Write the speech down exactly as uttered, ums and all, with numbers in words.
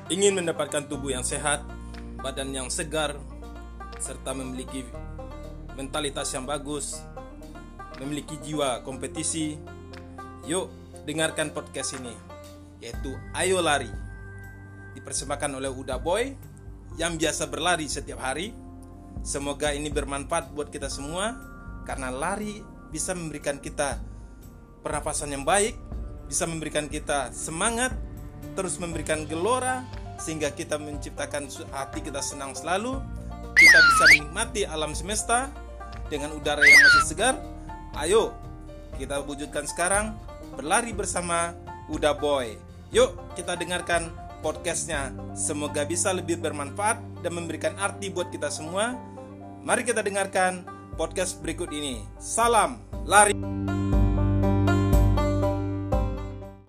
Ingin mendapatkan tubuh yang sehat, badan yang segar, serta memiliki mentalitas yang bagus, memiliki jiwa kompetisi, yuk dengarkan podcast ini, yaitu Ayo Lari. Dipersembahkan oleh Uda Boy yang biasa berlari setiap hari. Semoga ini bermanfaat buat kita semua, karena lari bisa memberikan kita pernapasan yang baik, bisa memberikan kita semangat, terus memberikan gelora, sehingga kita menciptakan hati kita senang selalu. Kita bisa menikmati alam semesta dengan udara yang masih segar. Ayo kita wujudkan sekarang, berlari bersama Uda Boy. Yuk kita dengarkan podcastnya, semoga bisa lebih bermanfaat dan memberikan arti buat kita semua. Mari kita dengarkan podcast berikut ini. Salam lari.